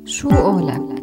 شو قولك؟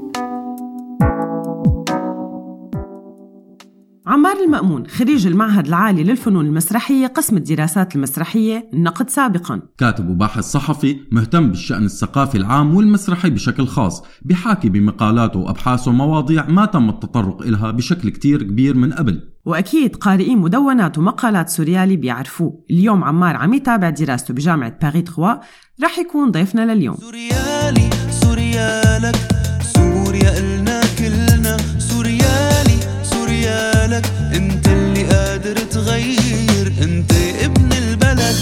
عمار المأمون خريج المعهد العالي للفنون المسرحية قسم الدراسات المسرحية النقد سابقاً، كاتب وباحث صحفي مهتم بالشأن الثقافي العام والمسرحي بشكل خاص، بيحاكي بمقالاته وأبحاثه مواضيع ما تم التطرق إلها بشكل كتير كبير من قبل. وأكيد قارئين مدونات ومقالات سوريالي بيعرفوه. اليوم عمار عم يتابع دراسته بجامعة باريس 3، رح يكون ضيفنا لليوم. سوريالي سوريالك سوريا إلنا كلنا، سوريالي سوريالك انت اللي قادر تغير، انت ابن البلد.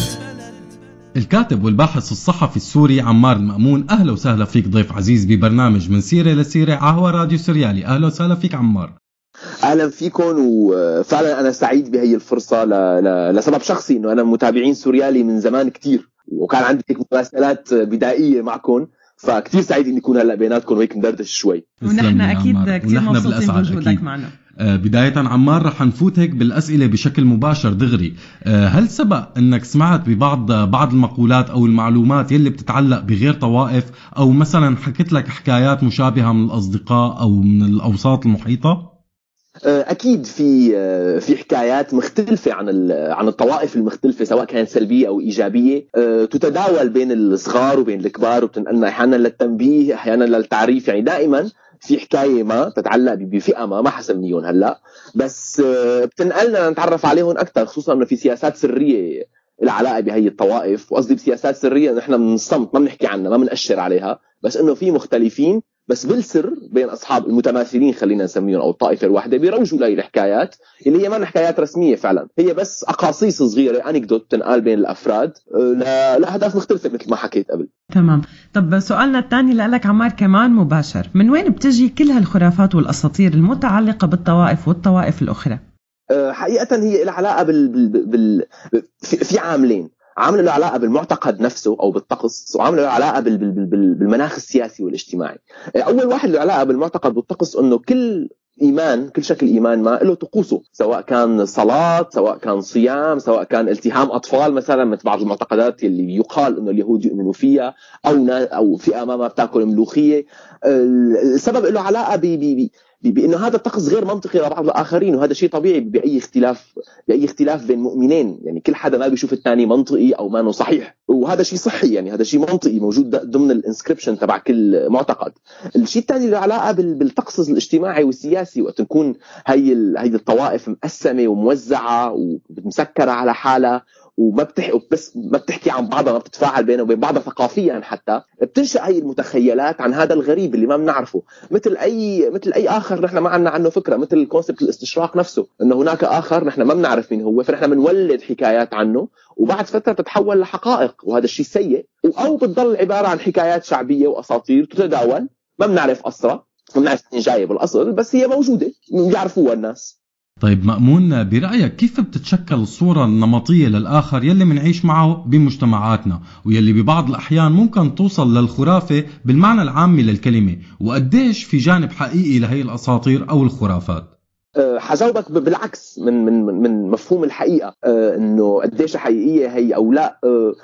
الكاتب والباحث الصحفي السوري عمار المأمون، أهلا وسهلا فيك ضيف عزيز ببرنامج من سيرة لسيرة عهوى راديو سوريالي. أهلا وسهلا فيك عمار. أهلا فيكم، وفعلا أنا سعيد بهي الفرصة لسبب شخصي، إنه أنا متابعين سوريالي من زمان كتير، وكان عندي مراسلات بدائية معكم، فكتير سعيد إني أكون هلأ بيناتكم وهيك ندردش شوي. ونحن أكيد كتير مبسوطين بوجودك معنا. بداية عمار رح نفوت هيك بالأسئلة بشكل مباشر دغري. هل سبق أنك سمعت بعض المقولات أو المعلومات يلي بتتعلق بغير طوائف، أو مثلا حكيت لك حكايات مشابهة من الأصدقاء أو من الأوساط المحيطة؟ أكيد في حكايات مختلفة عن الطوائف المختلفة، سواء كانت سلبية أو إيجابية، تتداول بين الصغار وبين الكبار، وبتنقلنا أحيانا للتنبيه أحيانا للتعريف. يعني دائما في حكاية ما تتعلق بفئة ما حسميهم هلأ، بس بتنقلنا نتعرف عليهم أكثر، خصوصا أنه في سياسات سرية العلاقة بهي الطوائف. وقصدي بسياسات سرية نحن من الصمت ما بنحكي عنها، ما بنأشر عليها، بس إنه في مختلفين بس بالسر بين أصحاب المتماثلين، خلينا نسميهم، أو الطائفة الواحدة، بيروجوا لهي الحكايات اللي هي ما حكايات رسمية فعلا، هي بس أقاصيص صغيرة، أنكدوت تنقال بين الأفراد لأهداف مختلفة مثل ما حكيت قبل. تمام. طب سؤالنا الثاني لك عمار كمان مباشر، من وين بتجي كل هالخرافات والأساطير المتعلقة بالطوائف والطوائف الأخرى؟ حقيقة هي العلاقة في عاملين، عامل له علاقة بالمعتقد نفسه أو بالطقس، وعامل له علاقة بالمناخ السياسي والاجتماعي. أول واحد له علاقة بالمعتقد والطقس، أنه كل شكل إيمان ما له طقوسه، سواء كان صلاة، سواء كان صيام، سواء كان التهام أطفال مثلا، مثل بعض المعتقدات اللي يقال أنه اليهود يؤمنوا فيها، أو فئة ما بتاكل ملوخية. السبب له علاقة بأنه هذا الطقس غير منطقي لبعض الآخرين، وهذا شيء طبيعي بأي اختلاف بين مؤمنين. يعني كل حدا ما بيشوف الثاني منطقي أو ما صحيح، وهذا شيء صحي، يعني هذا شيء منطقي موجود ضمن الانسكريبشن تبع كل معتقد. الشيء الثاني له علاقة بالطقس الاجتماعي والسياسي، وقت نكون هي الطوائف مقسمة وموزعة ومسكرة على حالها، وما بتحكي عن بعضها، ما بتتفاعل بينها وبين بعضها ثقافيا، حتى بتنشأ هي المتخيلات عن هذا الغريب اللي ما بنعرفه، مثل اي اخر نحن ما عنا عنه فكره، مثل الكونسبت الاستشراق نفسه، انه هناك اخر نحن ما بنعرف مين هو، فنحن بنولد حكايات عنه، وبعد فتره تتحول لحقائق، وهذا الشيء سيء. او بتضل عباره عن حكايات شعبيه واساطير تتداول، ما بنعرف اصلها، ما بنعرف مين جايه بالاصل، بس هي موجوده بيعرفوها الناس. طيب مأمون، برأيك كيف بتتشكل الصورة النمطية للآخر يلي منعيش معه بمجتمعاتنا، ويلي ببعض الأحيان ممكن توصل للخرافة بالمعنى العامي للكلمة، وقديش في جانب حقيقي لهي الأساطير أو الخرافات؟ حجاوبك بالعكس من مفهوم الحقيقة، انه قديش حقيقية هي او لا.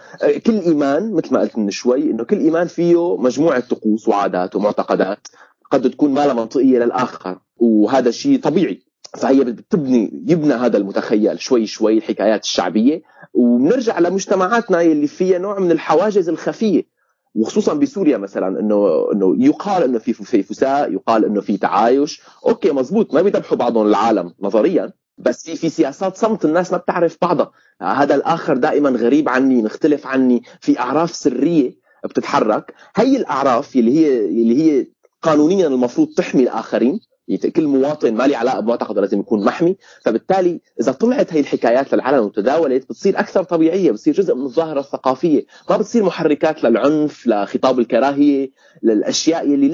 كل ايمان مثل ما قلت من شوي، انه كل ايمان فيه مجموعة طقوس وعادات ومعتقدات قد تكون ما لا منطقية للآخر، وهذا شيء طبيعي. فهي يبنى هذا المتخيل شوي شوي، الحكايات الشعبية، وبنرجع لمجتمعاتنا اللي فيها نوع من الحواجز الخفية، وخصوصا بسوريا مثلا، انه يقال انه في فساء، يقال انه في تعايش، اوكي مزبوط، ما بيذبحوا بعضهم العالم نظريا، بس في سياسات صمت، الناس ما بتعرف بعضها، هذا الآخر دائما غريب عني، مختلف عني، في أعراف سرية بتتحرك. هي الأعراف اللي هي قانونيا المفروض تحمي الآخرين، كل مواطن ما لي علاقة بمعتقده لازم يكون محمي. فبالتالي إذا طلعت هي الحكايات للعلن وتداولت، بتصير أكثر طبيعية، بتصير جزء من الظاهرة الثقافية، ما بتصير محركات للعنف، لخطاب الكراهية، للأشياء اللي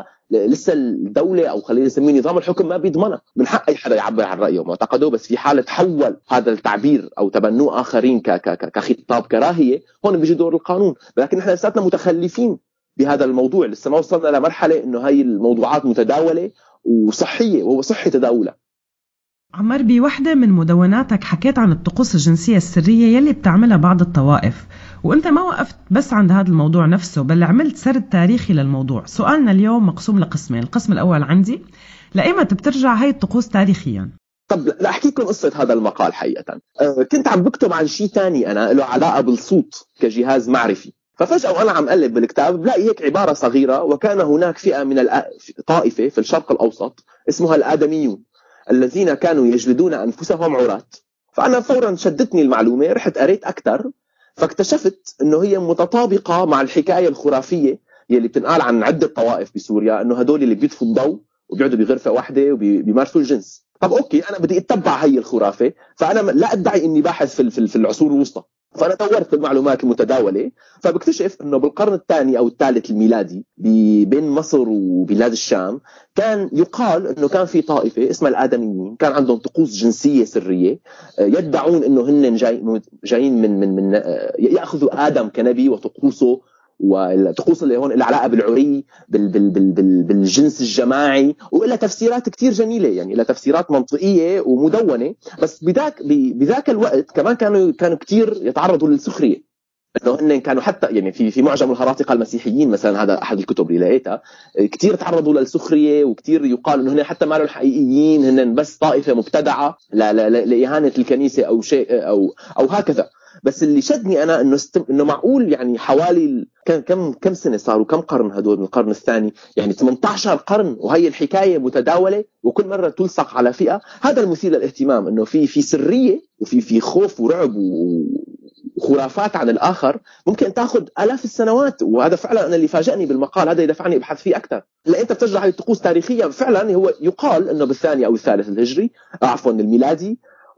لسه الدولة أو خلينا نسميه نظام الحكم ما بيضمنها. من حق أي حدا يعبر عن رأيه ومعتقده، بس في حالة تحول هذا التعبير أو تبنوه آخرين كخطاب كراهية، هون بيجي دور القانون. لكن نحن لساتنا متخلفين بهذا الموضوع، لسه ما وصلنا لمرحلة إنه هاي الموضوعات متداولة وصحية، وهو صحي تداولها. عمر، بوحدة من مدوناتك حكيت عن الطقوس الجنسية السرية يلي بتعملها بعض الطوائف، وانت ما وقفت بس عند هذا الموضوع نفسه، بل عملت سرد تاريخي للموضوع. سؤالنا اليوم مقسوم لقسمين. القسم الأول عندي: لأيمتى بترجع هاي الطقوس تاريخيا؟ طب لأحكي لكم قصة هذا المقال. حقيقة كنت عم بكتب عن شيء تاني أنا له علاقة بالصوت كجهاز معرفي، ففجأة وأنا عم أقلب بالكتاب بلاقي هيك عبارة صغيرة: وكان هناك فئة من طائفة في الشرق الأوسط اسمها الآدميون الذين كانوا يجلدون أنفسهم عراة. فأنا فورا شدتني المعلومة، رحت قريت أكثر، فاكتشفت أنه هي متطابقة مع الحكاية الخرافية يلي بتنقال عن عدة طوائف بسوريا، أنه هدول اللي بيطفوا الضوء وبيقعدوا بغرفة واحدة وبيمارسوا الجنس. طب أوكي، أنا بدي أتبع هي الخرافة، فأنا لا أدعي أني باحث في العصور الوسطى، فأنا دورت في المعلومات المتداولة، فبكتشف أنه بالقرن الثاني أو الثالث الميلادي بين مصر وبلاد الشام كان يقال أنه كان في طائفة اسمها الآدميين، كان عندهم طقوس جنسية سرية، يدعون أنه هن جايين من يأخذوا آدم كنبي وطقوسه، والطقوس اللي هون العلاقة بالعري بالجنس الجماعي، وإلى تفسيرات كتير جميلة، يعني إلى تفسيرات منطقية ومدونة. بس بذاك الوقت كمان كانوا كتير يتعرضوا للسخرية، انه هن كانوا حتى يعني في معجم الهراطقة المسيحيين مثلا، هذا احد الكتب اللي لقيتها، كتير تعرضوا للسخرية، وكتير يقال انه هن حتى ما لهم حقيقيين، هن بس طائفة مبتدعة لإهانة الكنيسة او شيء او هكذا. بس اللي شدني انا انه معقول يعني حوالي كم سنة صاروا، كم قرن هدول من القرن الثاني، يعني 18 قرن وهي الحكاية متداولة وكل مرة تلصق على فئة. هذا المثير للاهتمام، انه في سرية وفي خوف ورعب وخرافات عن الآخر ممكن تأخذ آلاف السنوات. وهذا فعلا أنا اللي فاجأني بالمقال، هذا يدفعني أبحث فيه أكثر، لأن أنت بترجع هذه الطقوس تاريخية فعلا. هو يقال أنه بالثاني أو الثالث الهجري، عفوا الميلادي،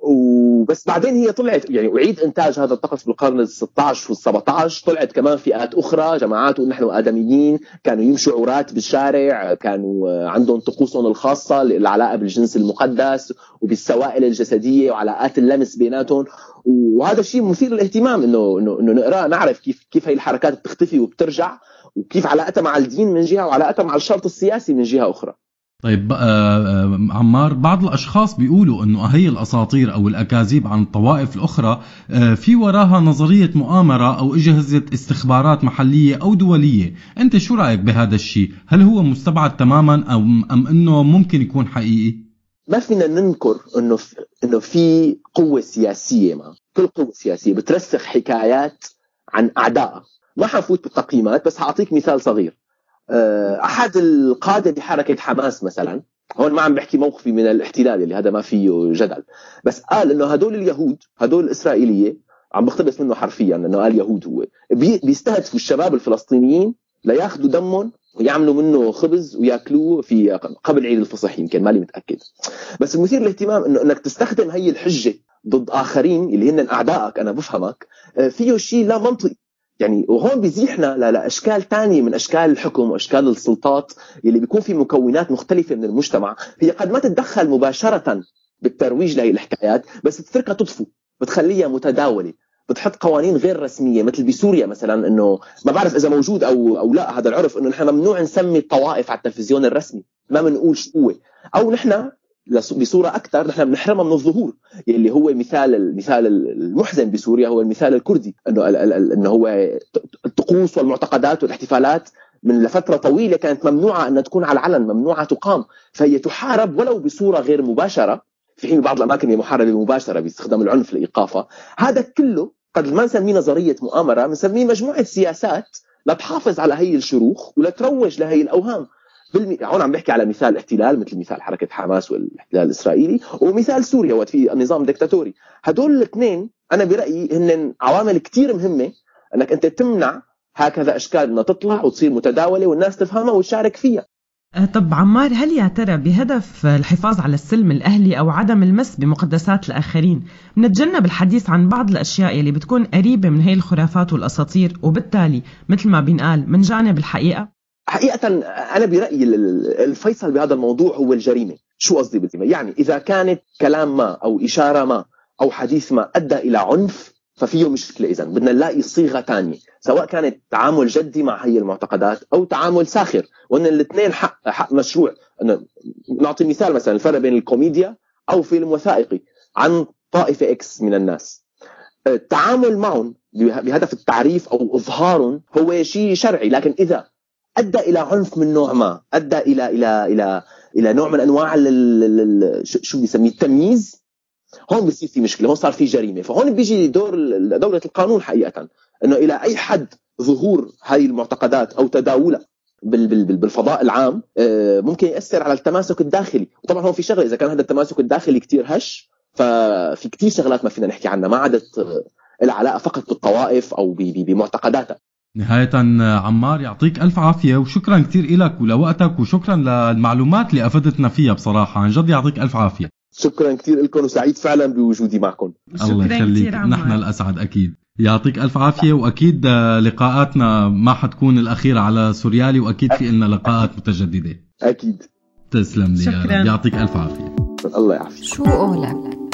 وبس بعدين هي طلعت يعني أعيد إنتاج هذا الطقس بالقرن ال16 وال17. طلعت كمان فئات أخرى، جماعات ونحن آدميين كانوا يمشوا عراة بالشارع، كانوا عندهم طقوسهم الخاصة العلاقة بالجنس المقدس وبالسوائل الجسدية وعلاقات اللمس بيناتهم. وهذا الشيء مثير للاهتمام، إنه نقرأ نعرف كيف هاي الحركات بتختفي وبترجع، وكيف علاقتها مع الدين من جهة وعلاقتها مع الشرط السياسي من جهة أخرى. طيب عمار، بعض الأشخاص بيقولوا أنه هي الأساطير أو الأكاذيب عن الطوائف الأخرى في وراها نظرية مؤامرة أو أجهزة استخبارات محلية أو دولية. أنت شو رأيك بهذا الشيء؟ هل هو مستبعد تماما أم أنه ممكن يكون حقيقي؟ ما فينا ننكر إنه في قوة سياسية، ما كل قوة سياسية بترسخ حكايات عن أعدائها. ما حنفوت بالتقييمات، بس هعطيك مثال صغير. أحد القادة لحركة حماس مثلا، هون ما عم بحكي موقفي من الاحتلال اللي هذا ما فيه جدل، بس قال إنه هدول اليهود، هدول الإسرائيلية، عم بقتبس منه حرفيا إنه قال يهود، هو بيستهدفوا الشباب الفلسطينيين لياخذوا دمهم ويعملوا منه خبز وياكلوه في قبل عيد الفصح، يمكن مالي متأكد. بس المثير للاهتمام انك تستخدم هي الحجة ضد آخرين اللي هن أعدائك، أنا بفهمك، فيه شيء لا منطقي يعني. وهون بيزيحنا لأشكال تانية من أشكال الحكم وأشكال السلطات اللي بيكون في مكونات مختلفة من المجتمع، هي قد ما تتدخل مباشرة بالترويج لهي الحكايات، بس بتتركها تطفو، بتخليها متداولة، بتحط قوانين غير رسمية. مثل بسوريا مثلا، انه ما بعرف اذا موجود او لا هذا العرف، انه نحن ممنوع نسمي الطوائف على التلفزيون الرسمي، ما بنقول شو هو، او نحن بصورة اكثر نحن بنحرمها من الظهور، اللي هو المثال المحزن بسوريا هو المثال الكردي، انه هو الطقوس والمعتقدات والاحتفالات من لفترة طويلة كانت ممنوعة ان تكون على العلن، ممنوعة تقام، فهي تحارب ولو بصورة غير مباشرة، في حين بعض الأماكن هي محاربة مباشرة باستخدام العنف لإيقافها. هذا كله قد ما نسميه نظرية مؤامرة، نسميه مجموعة سياسات لتحافظ على هي الشروخ ولتروج لهي الأوهام. هون عم بحكي على مثال احتلال مثل مثال حركة حماس والاحتلال الإسرائيلي، ومثال سوريا وقت في نظام ديكتاتوري. هدول الاثنين أنا برأيي هن عوامل كتير مهمة أنك أنت تمنع هكذا أشكال أنها تطلع وتصير متداولة والناس تفهمها وتشارك فيها. طب عمار، هل يا ترى بهدف الحفاظ على السلم الأهلي أو عدم المس بمقدسات الآخرين نتجنب الحديث عن بعض الأشياء اللي بتكون قريبة من هي الخرافات والأساطير، وبالتالي مثل ما بينقال من جانب الحقيقة؟ حقيقة أنا برأيي الفيصل بهذا الموضوع هو الجريمة. شو قصدي بالجريمة؟ يعني إذا كانت كلام ما أو إشارة ما أو حديث ما أدى إلى عنف ففيه مشكلة. إذن بدنا نلاقي صيغة تانية، سواء كانت تعامل جدي مع هي المعتقدات أو تعامل ساخر، وأن الاثنين حق مشروع. نعطي مثال مثلا الفرق بين الكوميديا أو فيلم وثائقي عن طائفة إكس من الناس، التعامل معهم بهدف التعريف أو إظهارهم هو شيء شرعي، لكن إذا أدى إلى عنف من نوع ما، أدى إلى نوع من أنواع شو بيسميه التمييز، هون بيصير في مشكلة، هون صار في جريمة. فهون بيجي دور دولة القانون حقيقة، إنه إلى أي حد ظهور هذه المعتقدات أو تداولها بالفضاء العام ممكن يأثر على التماسك الداخلي. وطبعا هون في شغلة، إذا كان هذا التماسك الداخلي كتير هش، ففي كتير شغلات ما فينا نحكي عنها، ما عادت العلاقة فقط بالطوائف أو بمعتقداتها. نهاية عمار، يعطيك ألف عافية وشكرا كتير إلك ولوقتك، وشكرا للمعلومات اللي أفدتنا فيها بصراحة، عن جد يعطيك ألف عافية. شكرا كتير لكم وسعيد فعلا بوجودي معكم. الله يخليك، نحن الأسعد أكيد. يعطيك ألف عافية، وأكيد لقاءاتنا ما حتكون الأخيرة على سوريالي، وأكيد في إلنا لقاءات متجددة. أكيد. تسلم لي، يعطيك ألف عافية. الله يعافيك. شو قولك؟